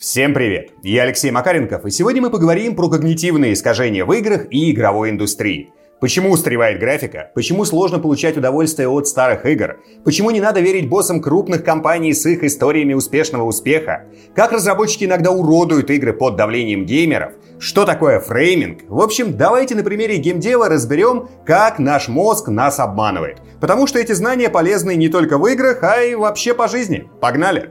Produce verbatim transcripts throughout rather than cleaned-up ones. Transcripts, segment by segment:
Всем привет! Я Алексей Макаренков, и сегодня мы поговорим про когнитивные искажения в играх и игровой индустрии. Почему устаревает графика? Почему сложно получать удовольствие от старых игр? Почему не надо верить боссам крупных компаний с их историями успешного успеха? Как разработчики иногда уродуют игры под давлением геймеров? Что такое фрейминг? В общем, давайте на примере геймдева разберем, как наш мозг нас обманывает. Потому что эти знания полезны не только в играх, а и вообще по жизни. Погнали!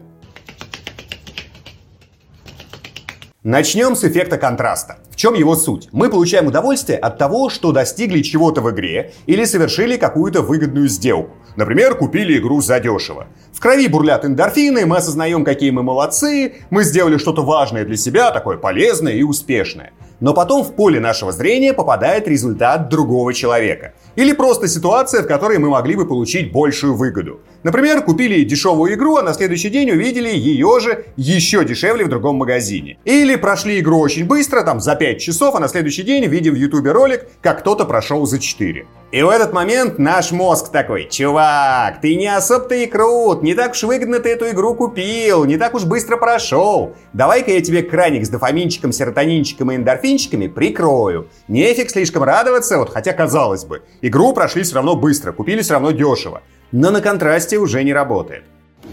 Начнем с эффекта контраста. В чем его суть? Мы получаем удовольствие от того, что достигли чего-то в игре или совершили какую-то выгодную сделку. Например, купили игру задешево. В крови бурлят эндорфины, мы осознаем, какие мы молодцы, мы сделали что-то важное для себя, такое полезное и успешное. Но потом в поле нашего зрения попадает результат другого человека. Или просто ситуация, в которой мы могли бы получить большую выгоду. Например, купили дешевую игру, а на следующий день увидели ее же еще дешевле в другом магазине. Или прошли игру очень быстро, там за пять часов, а на следующий день видим в ютубе ролик, как кто-то прошел за четыре. И в этот момент наш мозг такой: чувак, ты не особо-то и крут, не так уж выгодно ты эту игру купил, не так уж быстро прошел. Давай-ка я тебе краник с дофаминчиком, серотонинчиком и эндорфинчиками прикрою. Нефиг слишком радоваться, вот хотя казалось бы, игру прошли все равно быстро, купили все равно дешево. Но на контрасте уже не работает.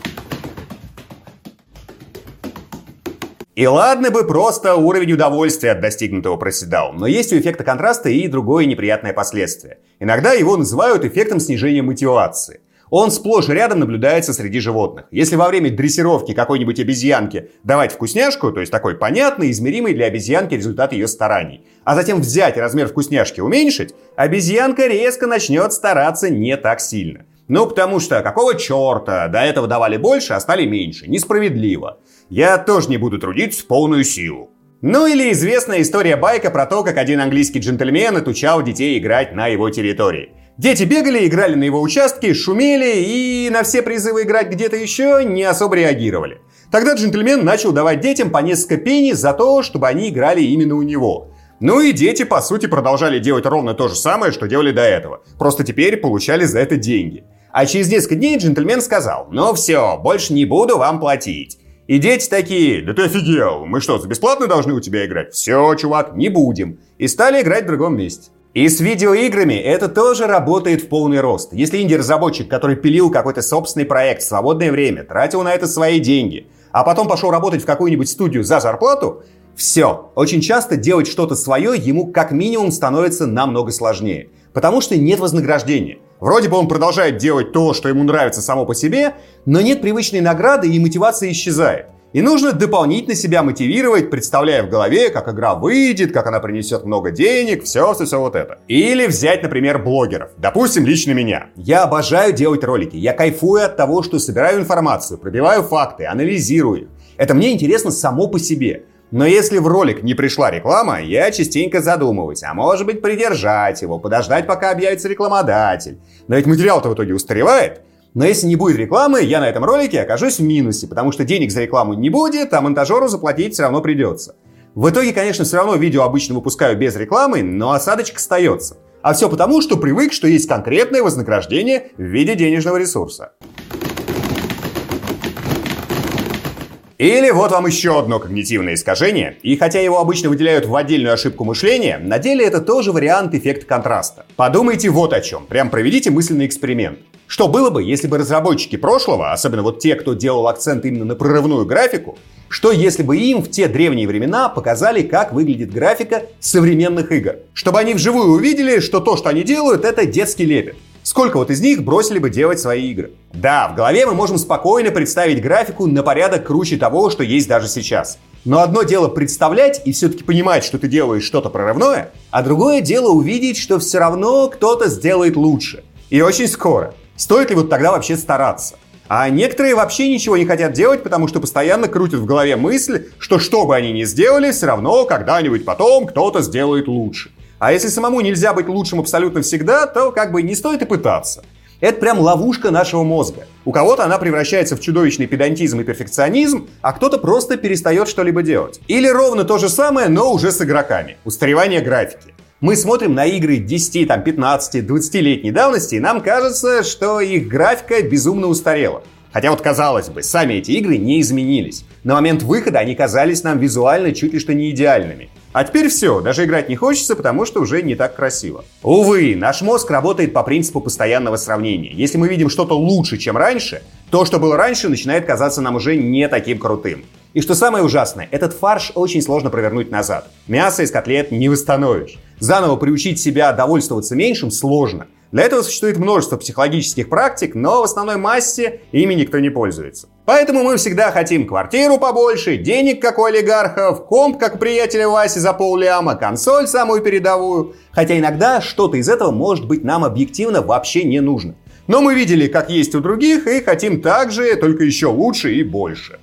И ладно бы просто уровень удовольствия от достигнутого проседал, но есть у эффекта контраста и другое неприятное последствие. Иногда его называют эффектом снижения мотивации. Он сплошь и рядом наблюдается среди животных. Если во время дрессировки какой-нибудь обезьянке давать вкусняшку, то есть такой понятный, измеримый для обезьянки результат ее стараний, а затем взять и размер вкусняшки уменьшить, обезьянка резко начнет стараться не так сильно. Ну, потому что какого черта, до этого давали больше, а стали меньше. Несправедливо. Я тоже не буду трудиться в полную силу. Ну или известная история-байка про то, как один английский джентльмен отучал детей играть на его территории. Дети бегали, играли на его участке, шумели и на все призывы играть где-то еще не особо реагировали. Тогда джентльмен начал давать детям по несколько пенни за то, чтобы они играли именно у него. Ну и дети, по сути, продолжали делать ровно то же самое, что делали до этого. Просто теперь получали за это деньги. А через несколько дней джентльмен сказал: ну все, больше не буду вам платить. И дети такие: да ты офигел, мы что, за бесплатно должны у тебя играть? Все, чувак, не будем. И стали играть в другом месте. И с видеоиграми это тоже работает в полный рост. Если инди-разработчик, который пилил какой-то собственный проект в свободное время, тратил на это свои деньги, а потом пошел работать в какую-нибудь студию за зарплату, все, очень часто делать что-то свое ему как минимум становится намного сложнее. Потому что нет вознаграждения. Вроде бы он продолжает делать то, что ему нравится само по себе, но нет привычной награды и мотивация исчезает. И нужно дополнительно себя мотивировать, представляя в голове, как игра выйдет, как она принесет много денег, все-все-все вот это. Или взять, например, блогеров. Допустим, лично меня. Я обожаю делать ролики. Я кайфую от того, что собираю информацию, пробиваю факты, анализирую их. Это мне интересно само по себе. Но если в ролик не пришла реклама, я частенько задумываюсь, а может быть придержать его, подождать, пока объявится рекламодатель. Но ведь материал-то в итоге устаревает. Но если не будет рекламы, я на этом ролике окажусь в минусе, потому что денег за рекламу не будет, а монтажеру заплатить все равно придется. В итоге, конечно, все равно видео обычно выпускаю без рекламы, но осадочек остается. А все потому, что привык, что есть конкретное вознаграждение в виде денежного ресурса. Или вот вам еще одно когнитивное искажение, и хотя его обычно выделяют в отдельную ошибку мышления, на деле это тоже вариант эффекта контраста. Подумайте вот о чем, прям проведите мысленный эксперимент. Что было бы, если бы разработчики прошлого, особенно вот те, кто делал акцент именно на прорывную графику, что если бы им в те древние времена показали, как выглядит графика современных игр? Чтобы они вживую увидели, что то, что они делают, это детский лепет. Сколько вот из них бросили бы делать свои игры? Да, в голове мы можем спокойно представить графику на порядок круче того, что есть даже сейчас. Но одно дело представлять и все-таки понимать, что ты делаешь что-то прорывное, а другое дело увидеть, что все равно кто-то сделает лучше. И очень скоро. Стоит ли вот тогда вообще стараться? А некоторые вообще ничего не хотят делать, потому что постоянно крутят в голове мысль, что что бы они ни сделали, все равно когда-нибудь потом кто-то сделает лучше. А если самому нельзя быть лучшим абсолютно всегда, то как бы не стоит и пытаться. Это прям ловушка нашего мозга. У кого-то она превращается в чудовищный педантизм и перфекционизм, а кто-то просто перестает что-либо делать. Или ровно то же самое, но уже с игроками. Устаревание графики. Мы смотрим на игры десяти, пятнадцати, двадцатилетней давности, и нам кажется, что их графика безумно устарела. Хотя вот казалось бы, сами эти игры не изменились. На момент выхода они казались нам визуально чуть ли что не идеальными. А теперь все, даже играть не хочется, потому что уже не так красиво. Увы, наш мозг работает по принципу постоянного сравнения. Если мы видим что-то лучше, чем раньше, то, что было раньше, начинает казаться нам уже не таким крутым. И что самое ужасное, этот фарш очень сложно провернуть назад. Мясо из котлет не восстановишь. Заново приучить себя довольствоваться меньшим сложно. Для этого существует множество психологических практик, но в основной массе ими никто не пользуется. Поэтому мы всегда хотим квартиру побольше, денег как у олигархов, комп как у приятеля Васи за полляма, консоль самую передовую. Хотя иногда что-то из этого может быть нам объективно вообще не нужно. Но мы видели, как есть у других, и хотим так же, только еще лучше и больше.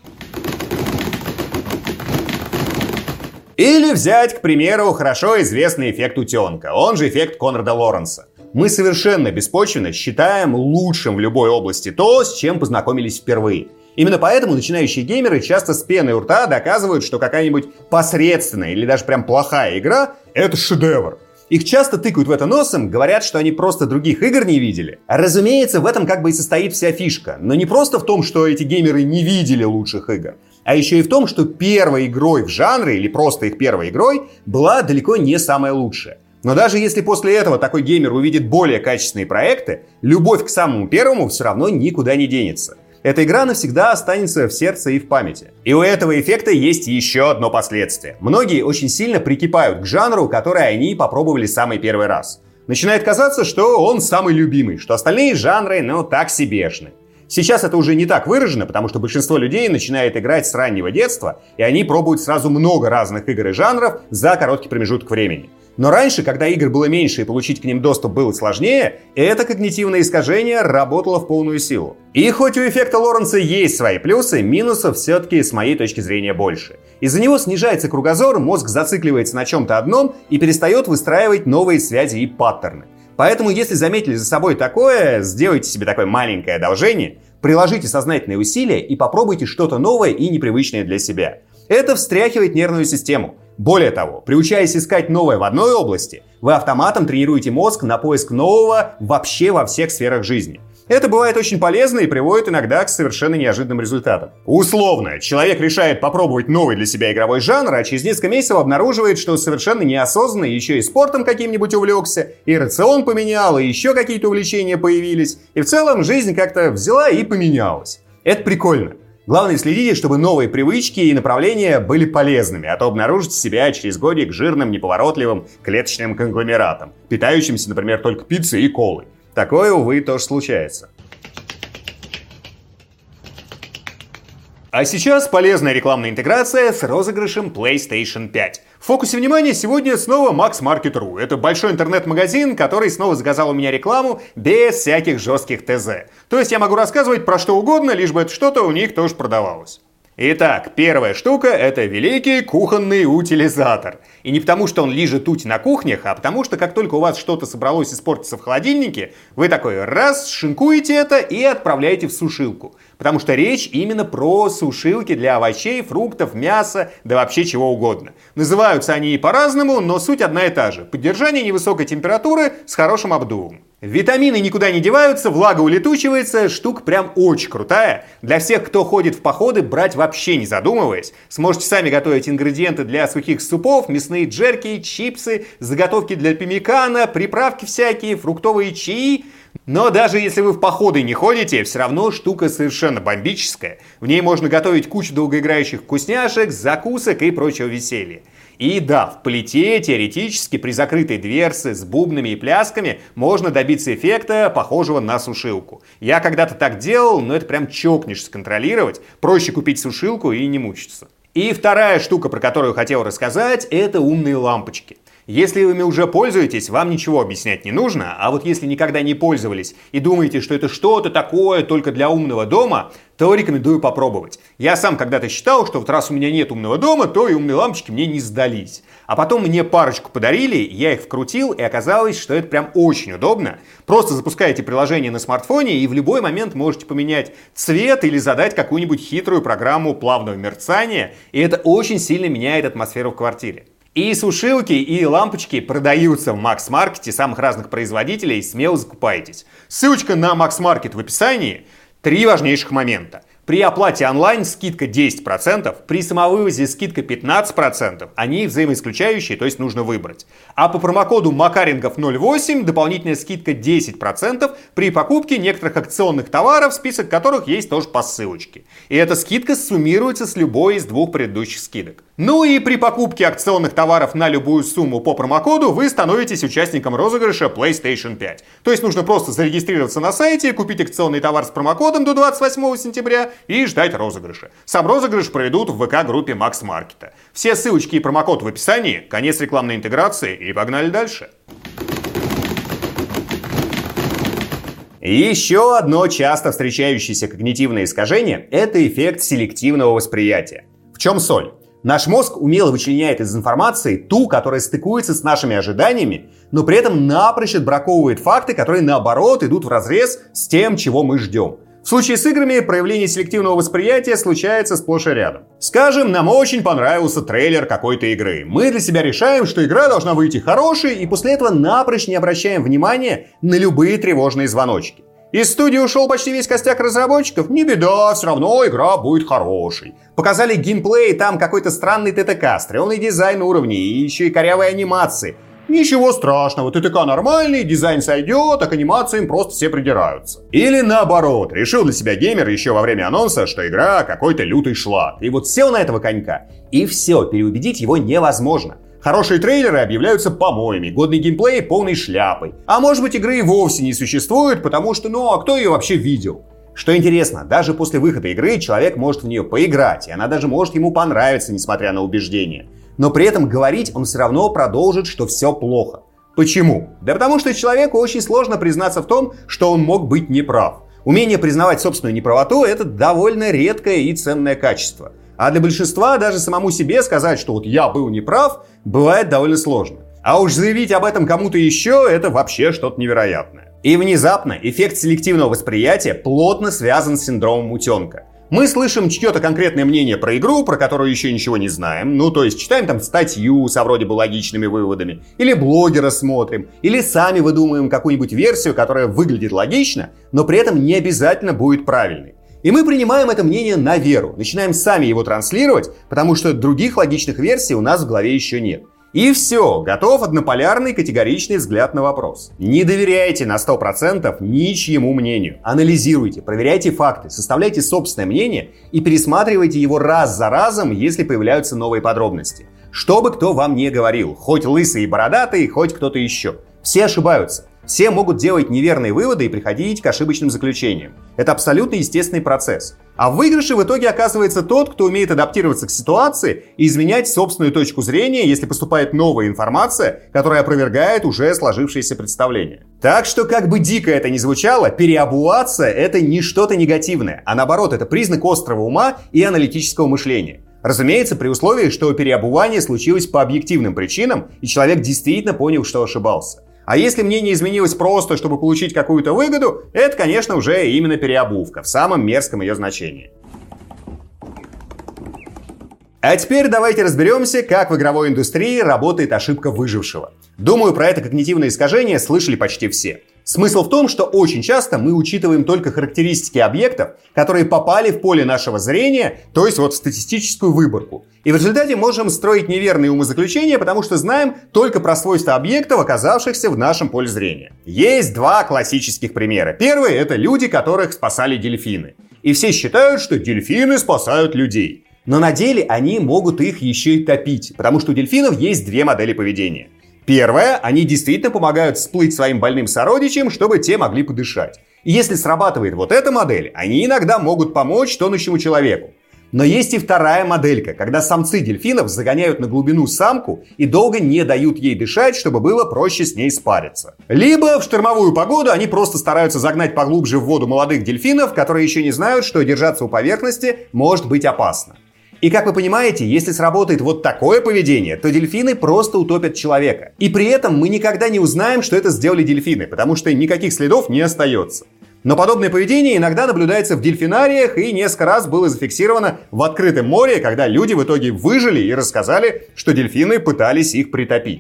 Или взять, к примеру, хорошо известный эффект утенка, он же эффект Конрада Лоренса. Мы совершенно беспочвенно считаем лучшим в любой области то, с чем познакомились впервые. Именно поэтому начинающие геймеры часто с пеной у рта доказывают, что какая-нибудь посредственная или даже прям плохая игра — это шедевр. Их часто тыкают в это носом, говорят, что они просто других игр не видели. Разумеется, в этом как бы и состоит вся фишка. Но не просто в том, что эти геймеры не видели лучших игр, а еще и в том, что первой игрой в жанре, или просто их первой игрой, была далеко не самая лучшая. Но даже если после этого такой геймер увидит более качественные проекты, любовь к самому первому все равно никуда не денется. Эта игра навсегда останется в сердце и в памяти. И у этого эффекта есть еще одно последствие. Многие очень сильно прикипают к жанру, который они попробовали самый первый раз. Начинает казаться, что он самый любимый, что остальные жанры, ну, так себешны. Сейчас это уже не так выражено, потому что большинство людей начинает играть с раннего детства, и они пробуют сразу много разных игр и жанров за короткий промежуток времени. Но раньше, когда игр было меньше и получить к ним доступ было сложнее, это когнитивное искажение работало в полную силу. И хоть у эффекта Лоренса есть свои плюсы, минусов все-таки с моей точки зрения больше. Из-за него снижается кругозор, мозг зацикливается на чем-то одном и перестает выстраивать новые связи и паттерны. Поэтому, если заметили за собой такое, сделайте себе такое маленькое одолжение, приложите сознательные усилия и попробуйте что-то новое и непривычное для себя. Это встряхивает нервную систему. Более того, приучаясь искать новое в одной области, вы автоматом тренируете мозг на поиск нового вообще во всех сферах жизни. Это бывает очень полезно и приводит иногда к совершенно неожиданным результатам. Условно, человек решает попробовать новый для себя игровой жанр, а через несколько месяцев обнаруживает, что совершенно неосознанно еще и спортом каким-нибудь увлекся, и рацион поменял, и еще какие-то увлечения появились, и в целом жизнь как-то взяла и поменялась. Это прикольно. Главное, следите, чтобы новые привычки и направления были полезными, а то обнаружите себя через годик жирным, неповоротливым клеточным конгломератом, питающимся, например, только пиццей и колой. Такое, увы, тоже случается. А сейчас полезная рекламная интеграция с розыгрышем PlayStation пять. В фокусе внимания сегодня снова Макс Маркет точка ру. Это большой интернет-магазин, который снова заказал у меня рекламу без всяких жестких ТЗ. То есть я могу рассказывать про что угодно, лишь бы это что-то у них тоже продавалось. Итак, первая штука — это великий кухонный утилизатор. И не потому, что он лижет уть на кухнях, а потому, что как только у вас что-то собралось испортиться в холодильнике, вы такой раз, шинкуете это и отправляете в сушилку. Потому что речь именно про сушилки для овощей, фруктов, мяса, да вообще чего угодно. Называются они и по-разному, но суть одна и та же. Поддержание невысокой температуры с хорошим обдувом. Витамины никуда не деваются, влага улетучивается, штука прям очень крутая. Для всех, кто ходит в походы, брать вообще не задумываясь. Сможете сами готовить ингредиенты для сухих супов, мясные джерки, чипсы, заготовки для пеммикана, приправки всякие, фруктовые чаи. Но даже если вы в походы не ходите, все равно штука совершенно бомбическая. В ней можно готовить кучу долгоиграющих вкусняшек, закусок и прочего веселья. И да, в плите теоретически при закрытой дверце с бубнами и плясками можно добиться эффекта, похожего на сушилку. Я когда-то так делал, но это прям чокнешься контролировать. Проще купить сушилку и не мучиться. И вторая штука, про которую хотел рассказать, это умные лампочки. Если вы ими уже пользуетесь, вам ничего объяснять не нужно, а вот если никогда не пользовались и думаете, что это что-то такое только для умного дома, то рекомендую попробовать. Я сам когда-то считал, что вот раз у меня нет умного дома, то и умные лампочки мне не сдались. А потом мне парочку подарили, я их вкрутил, и оказалось, что это прям очень удобно. Просто запускаете приложение на смартфоне и в любой момент можете поменять цвет или задать какую-нибудь хитрую программу плавного мерцания, и это очень сильно меняет атмосферу в квартире. И сушилки, и лампочки продаются в Макс-маркете самых разных производителей, смело закупайтесь. Ссылочка на Макс-маркет в описании. Три важнейших момента. При оплате онлайн скидка десять процентов, при самовывозе скидка пятнадцать процентов. Они взаимоисключающие, то есть нужно выбрать. А по промокоду Макаренков ноль восемь дополнительная скидка десять процентов при покупке некоторых акционных товаров, список которых есть тоже по ссылочке. И эта скидка суммируется с любой из двух предыдущих скидок. Ну и при покупке акционных товаров на любую сумму по промокоду вы становитесь участником розыгрыша PlayStation пять. То есть нужно просто зарегистрироваться на сайте, купить акционный товар с промокодом до двадцать восьмого сентября и ждать розыгрыша. Сам розыгрыш проведут в ВК-группе Макс Маркета. Все ссылочки и промокод в описании. Конец рекламной интеграции и погнали дальше. Еще одно часто встречающееся когнитивное искажение – это эффект селективного восприятия. В чем соль? Наш мозг умело вычленяет из информации ту, которая стыкуется с нашими ожиданиями, но при этом напрочь отбраковывает факты, которые наоборот идут вразрез с тем, чего мы ждем. В случае с играми проявление селективного восприятия случается сплошь и рядом. Скажем, нам очень понравился трейлер какой-то игры. Мы для себя решаем, что игра должна выйти хорошей, и после этого напрочь не обращаем внимания на любые тревожные звоночки. Из студии ушел почти весь костяк разработчиков? Не беда, все равно игра будет хорошей. Показали геймплей, там какой-то странный ТТК, стрёмный дизайн уровней и еще и корявые анимации. Ничего страшного, ТТК нормальный, дизайн сойдет, а к анимациям просто все придираются. Или наоборот, решил для себя геймер еще во время анонса, что игра какой-то лютый шлак. И вот сел на этого конька, и все, переубедить его невозможно. Хорошие трейлеры объявляются помоями, годный геймплей полной шляпой. А может быть, игры и вовсе не существует, потому что, ну а кто ее вообще видел? Что интересно, даже после выхода игры человек может в нее поиграть, и она даже может ему понравиться, несмотря на убеждения. Но при этом говорить он все равно продолжит, что все плохо. Почему? Да потому что человеку очень сложно признаться в том, что он мог быть неправ. Умение признавать собственную неправоту – это довольно редкое и ценное качество. А для большинства даже самому себе сказать, что вот я был неправ, бывает довольно сложно. А уж заявить об этом кому-то еще – это вообще что-то невероятное. И внезапно эффект селективного восприятия плотно связан с синдромом утенка. Мы слышим чье-то конкретное мнение про игру, про которую еще ничего не знаем. Ну, то есть читаем там статью со вроде бы логичными выводами, или блогера смотрим, или сами выдумываем какую-нибудь версию, которая выглядит логично, но при этом не обязательно будет правильной. И мы принимаем это мнение на веру, начинаем сами его транслировать, потому что других логичных версий у нас в голове еще нет. И все, готов однополярный категоричный взгляд на вопрос. Не доверяйте на сто процентов ничьему мнению. Анализируйте, проверяйте факты, составляйте собственное мнение и пересматривайте его раз за разом, если появляются новые подробности. Что бы кто вам ни говорил, хоть лысый и бородатый, хоть кто-то еще. Все ошибаются. Все могут делать неверные выводы и приходить к ошибочным заключениям. Это абсолютно естественный процесс. А в выигрыше в итоге оказывается тот, кто умеет адаптироваться к ситуации и изменять собственную точку зрения, если поступает новая информация, которая опровергает уже сложившееся представление. Так что, как бы дико это ни звучало, переобуваться — это не что-то негативное, а наоборот, это признак острого ума и аналитического мышления. Разумеется, при условии, что переобувание случилось по объективным причинам, и человек действительно понял, что ошибался. А если мнение изменилось просто, чтобы получить какую-то выгоду, это, конечно, уже именно переобувка, в самом мерзком ее значении. А теперь давайте разберемся, как в игровой индустрии работает ошибка выжившего. Думаю, про это когнитивное искажение слышали почти все. Смысл в том, что очень часто мы учитываем только характеристики объектов, которые попали в поле нашего зрения, то есть вот в статистическую выборку. И в результате можем строить неверные умозаключения, потому что знаем только про свойства объектов, оказавшихся в нашем поле зрения. Есть два классических примера. Первый — это люди, которых спасали дельфины. И все считают, что дельфины спасают людей. Но на деле они могут их еще и топить, потому что у дельфинов есть две модели поведения. Первое, они действительно помогают всплыть своим больным сородичам, чтобы те могли подышать. И если срабатывает вот эта модель, они иногда могут помочь тонущему человеку. Но есть и вторая моделька, когда самцы дельфинов загоняют на глубину самку и долго не дают ей дышать, чтобы было проще с ней спариться. Либо в штормовую погоду они просто стараются загнать поглубже в воду молодых дельфинов, которые еще не знают, что держаться у поверхности может быть опасно. И как вы понимаете, если сработает вот такое поведение, то дельфины просто утопят человека. И при этом мы никогда не узнаем, что это сделали дельфины, потому что никаких следов не остается. Но подобное поведение иногда наблюдается в дельфинариях и несколько раз было зафиксировано в открытом море, когда люди в итоге выжили и рассказали, что дельфины пытались их притопить.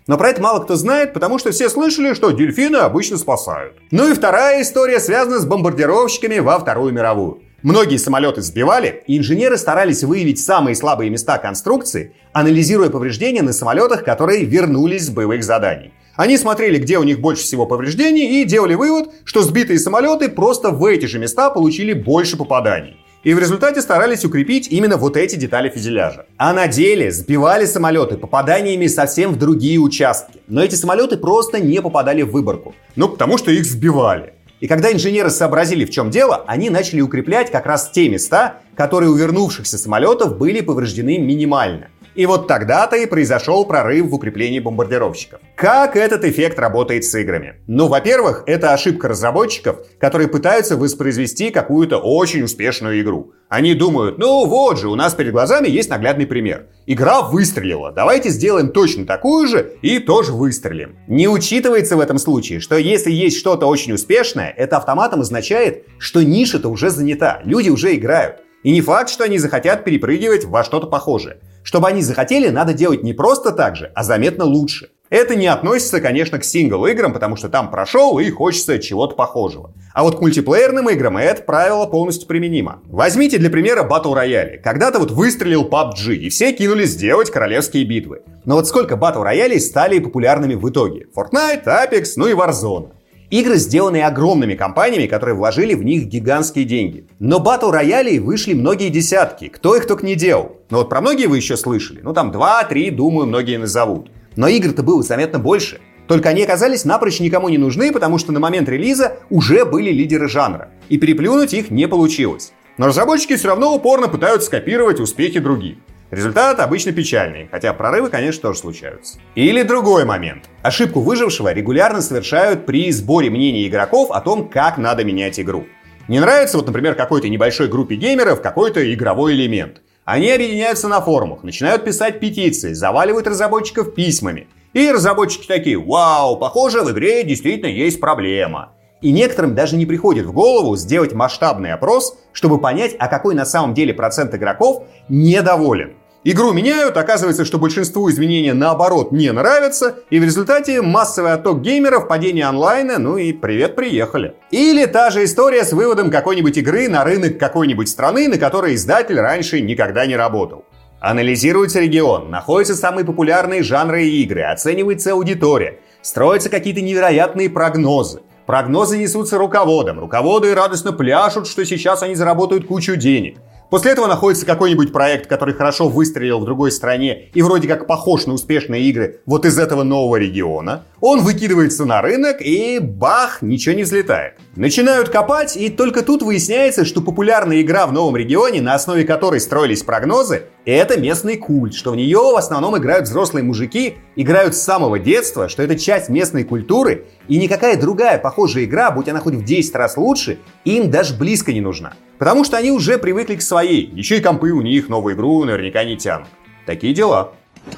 Но про это мало кто знает, потому что все слышали, что дельфины обычно спасают. Ну и вторая история связана с бомбардировщиками во Вторую мировую. Многие самолеты сбивали, и инженеры старались выявить самые слабые места конструкции, анализируя повреждения на самолетах, которые вернулись с боевых заданий. Они смотрели, где у них больше всего повреждений, и делали вывод, что сбитые самолеты просто в эти же места получили больше попаданий. И в результате старались укрепить именно вот эти детали фюзеляжа. А на деле сбивали самолеты попаданиями совсем в другие участки. Но эти самолеты просто не попадали в выборку. Ну, потому что их сбивали. И когда инженеры сообразили, в чем дело, они начали укреплять как раз те места, которые у вернувшихся самолетов были повреждены минимально. И вот тогда-то и произошел прорыв в укреплении бомбардировщиков. Как этот эффект работает с играми? Ну, во-первых, это ошибка разработчиков, которые пытаются воспроизвести какую-то очень успешную игру. Они думают, ну вот же, у нас перед глазами есть наглядный пример. Игра выстрелила, давайте сделаем точно такую же и тоже выстрелим. Не учитывается в этом случае, что если есть что-то очень успешное, это автоматом означает, что ниша-то уже занята, люди уже играют. И не факт, что они захотят перепрыгивать во что-то похожее. Чтобы они захотели, надо делать не просто так же, а заметно лучше. Это не относится, конечно, к сингл-играм, потому что там прошел и хочется чего-то похожего. А вот к мультиплеерным играм это правило полностью применимо. Возьмите для примера Battle Royale. Когда-то вот выстрелил пабг, и все кинулись делать королевские битвы. Но вот сколько Battle Royale стали популярными в итоге? Fortnite, Apex, ну и Warzone. Игры, сделанные огромными компаниями, которые вложили в них гигантские деньги. Но Battle Royale вышли многие десятки, кто их только не делал. Но вот про многие вы еще слышали. Ну там два-три, думаю, многие назовут. Но игр-то было заметно больше. Только они оказались напрочь никому не нужны, потому что на момент релиза уже были лидеры жанра. И переплюнуть их не получилось. Но разработчики все равно упорно пытаются скопировать успехи других. Результат обычно печальный, хотя прорывы, конечно, тоже случаются. Или другой момент. Ошибку выжившего регулярно совершают при сборе мнений игроков о том, как надо менять игру. Не нравится, вот, например, какой-то небольшой группе геймеров какой-то игровой элемент. Они объединяются на форумах, начинают писать петиции, заваливают разработчиков письмами. И разработчики такие: вау, похоже, в игре действительно есть проблема. И некоторым даже не приходит в голову сделать масштабный опрос, чтобы понять, а какой на самом деле процент игроков недоволен. Игру меняют, оказывается, что большинству изменения наоборот не нравятся, и в результате массовый отток геймеров, падение онлайна, ну и привет, приехали. Или та же история с выводом какой-нибудь игры на рынок какой-нибудь страны, на которой издатель раньше никогда не работал. Анализируется регион, находятся самые популярные жанры и игры, оценивается аудитория, строятся какие-то невероятные прогнозы. Прогнозы несутся руководом, руководы радостно пляшут, что сейчас они заработают кучу денег. После этого находится какой-нибудь проект, который хорошо выстрелил в другой стране и вроде как похож на успешные игры вот из этого нового региона. Он выкидывается на рынок и бах, ничего не взлетает. Начинают копать, и только тут выясняется, что популярная игра в новом регионе, на основе которой строились прогнозы, это местный культ, что в нее в основном играют взрослые мужики, играют с самого детства, что это часть местной культуры, и никакая другая похожая игра, будь она хоть в десять раз лучше, им даже близко не нужна. Потому что они уже привыкли к своей, еще и компы у них новую игру наверняка не тянут. Такие дела.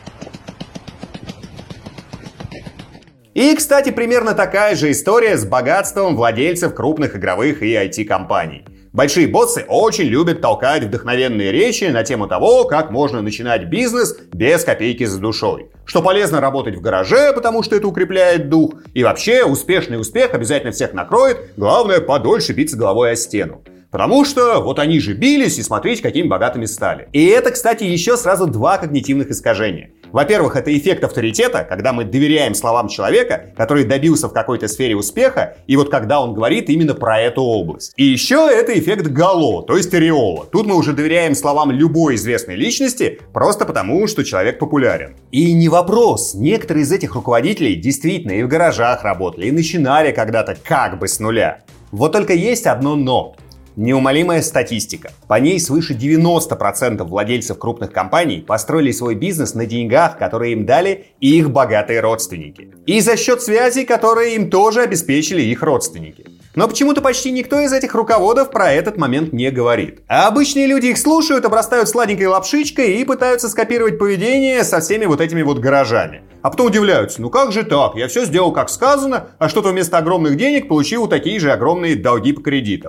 И, кстати, примерно такая же история с богатством владельцев крупных игровых и ай ти-компаний. Большие боссы очень любят толкать вдохновенные речи на тему того, как можно начинать бизнес без копейки за душой. Что полезно работать в гараже, потому что это укрепляет дух. И вообще, успешный успех обязательно всех накроет, главное подольше биться головой о стену. Потому что вот они же бились, и смотрите, какими богатыми стали. И это, кстати, еще сразу два когнитивных искажения. Во-первых, это эффект авторитета, когда мы доверяем словам человека, который добился в какой-то сфере успеха, и вот когда он говорит именно про эту область. И еще это эффект гало, то есть ореола. Тут мы уже доверяем словам любой известной личности, просто потому, что человек популярен. И не вопрос, некоторые из этих руководителей действительно и в гаражах работали, и начинали когда-то как бы с нуля. Вот только есть одно но. Неумолимая статистика. По ней свыше девяносто процентов владельцев крупных компаний построили свой бизнес на деньгах, которые им дали их богатые родственники. И за счет связей, которые им тоже обеспечили их родственники. Но почему-то почти никто из этих руководов про этот момент не говорит. А обычные люди их слушают, обрастают сладенькой лапшичкой и пытаются скопировать поведение со всеми вот этими вот гаражами. А потом удивляются: ну как же так? Я все сделал как сказано, а что-то вместо огромных денег получил такие же огромные долги по кредитам.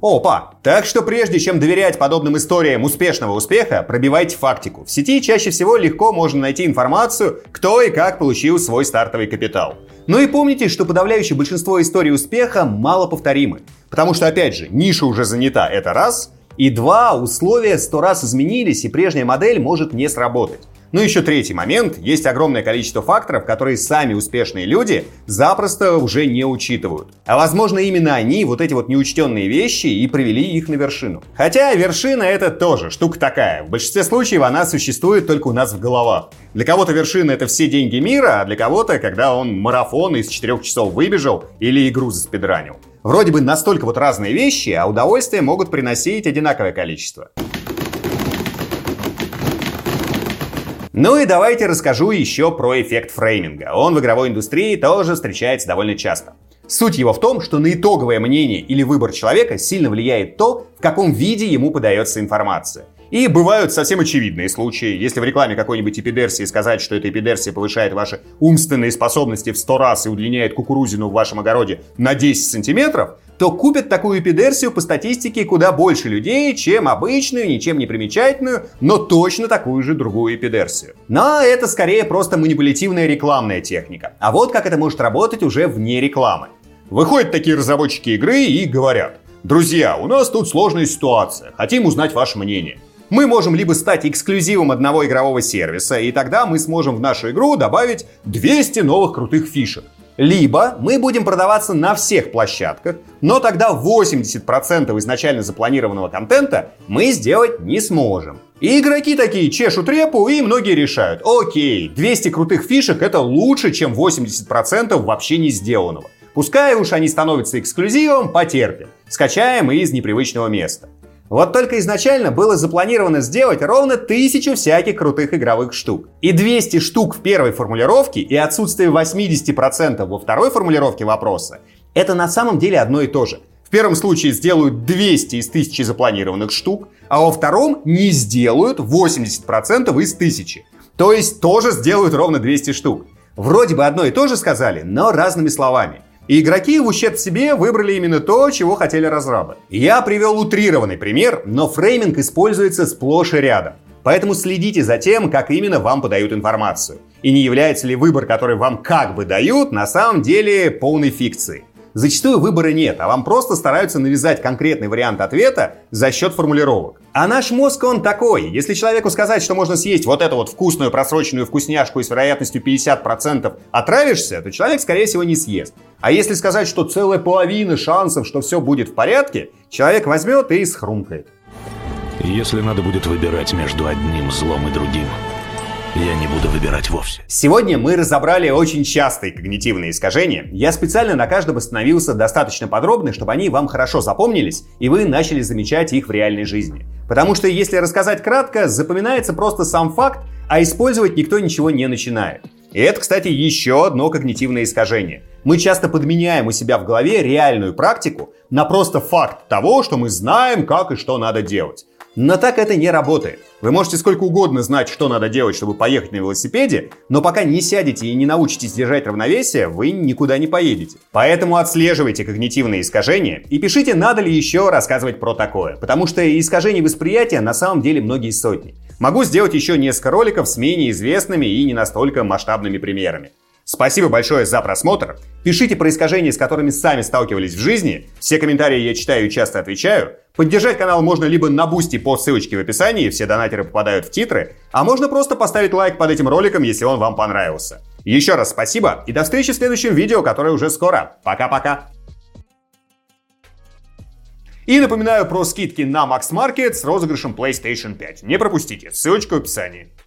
Опа! Так что прежде чем доверять подобным историям успешного успеха, пробивайте фактику. В сети чаще всего легко можно найти информацию, кто и как получил свой стартовый капитал. Ну и помните, что подавляющее большинство историй успеха малоповторимы. Потому что, опять же, ниша уже занята, это раз. И два, условия сто раз изменились, и прежняя модель может не сработать. Ну и еще третий момент. Есть огромное количество факторов, которые сами успешные люди запросто уже не учитывают. А возможно, именно они, вот эти вот неучтенные вещи, и привели их на вершину. Хотя вершина — это тоже штука такая. В большинстве случаев она существует только у нас в головах. Для кого-то вершина — это все деньги мира, а для кого-то, когда он марафон из четырех часов выбежал или игру заспидранил. Вроде бы настолько вот разные вещи, а удовольствия могут приносить одинаковое количество. Ну и давайте расскажу еще про эффект фрейминга. Он в игровой индустрии тоже встречается довольно часто. Суть его в том, что на итоговое мнение или выбор человека сильно влияет то, в каком виде ему подается информация. И бывают совсем очевидные случаи. Если в рекламе какой-нибудь эпидерсии сказать, что эта эпидерсия повышает ваши умственные способности в сто раз и удлиняет кукурузину в вашем огороде на десять сантиметров, то купят такую эпидерсию по статистике куда больше людей, чем обычную, ничем не примечательную, но точно такую же другую эпидерсию. Но это скорее просто манипулятивная рекламная техника. А вот как это может работать уже вне рекламы. Выходят такие разработчики игры и говорят: друзья, у нас тут сложная ситуация, хотим узнать ваше мнение. Мы можем либо стать эксклюзивом одного игрового сервиса, и тогда мы сможем в нашу игру добавить двести новых крутых фишек. Либо мы будем продаваться на всех площадках, но тогда восемьдесят процентов изначально запланированного контента мы сделать не сможем. И игроки такие чешут репу, и многие решают: окей, двести крутых фишек — это лучше, чем восемьдесят процентов вообще не сделанного. Пускай уж они становятся эксклюзивом, потерпим. Скачаем из непривычного места. Вот только изначально было запланировано сделать ровно тысячу всяких крутых игровых штук. И двести штук в первой формулировке и отсутствие восемьдесят процентов во второй формулировке вопроса — это на самом деле одно и то же. В первом случае сделают двести из тысячи запланированных штук, а во втором не сделают восемьдесят процентов из тысячи. То есть тоже сделают ровно двести штук. Вроде бы одно и то же сказали, но разными словами. И игроки в ущерб себе выбрали именно то, чего хотели разрабы. Я привел утрированный пример, но фрейминг используется сплошь и рядом. Поэтому следите за тем, как именно вам подают информацию. И не является ли выбор, который вам как бы дают, на самом деле полной фикцией. Зачастую выбора нет, а вам просто стараются навязать конкретный вариант ответа за счет формулировок. А наш мозг, он такой. Если человеку сказать, что можно съесть вот эту вот вкусную просроченную вкусняшку и с вероятностью пятьдесят процентов отравишься, то человек, скорее всего, не съест. А если сказать, что целая половина шансов, что все будет в порядке, человек возьмет и схрумкает. Если надо будет выбирать между одним злом и другим, я не буду выбирать вовсе. Сегодня мы разобрали очень частые когнитивные искажения. Я специально на каждом остановился достаточно подробно, чтобы они вам хорошо запомнились, и вы начали замечать их в реальной жизни. Потому что если рассказать кратко, запоминается просто сам факт, а использовать никто ничего не начинает. И это, кстати, еще одно когнитивное искажение. Мы часто подменяем у себя в голове реальную практику на просто факт того, что мы знаем, как и что надо делать. Но так это не работает. Вы можете сколько угодно знать, что надо делать, чтобы поехать на велосипеде, но пока не сядете и не научитесь держать равновесие, вы никуда не поедете. Поэтому отслеживайте когнитивные искажения и пишите, надо ли еще рассказывать про такое, потому что искажений восприятия на самом деле многие сотни. Могу сделать еще несколько роликов с менее известными и не настолько масштабными примерами. Спасибо большое за просмотр. Пишите про искажения, с которыми сами сталкивались в жизни. Все комментарии я читаю и часто отвечаю. Поддержать канал можно либо на Бусти по ссылочке в описании, все донатеры попадают в титры, а можно просто поставить лайк под этим роликом, если он вам понравился. Еще раз спасибо и до встречи в следующем видео, которое уже скоро. Пока-пока. И напоминаю про скидки на Max Market с розыгрышем PlayStation пять. Не пропустите, ссылочка в описании.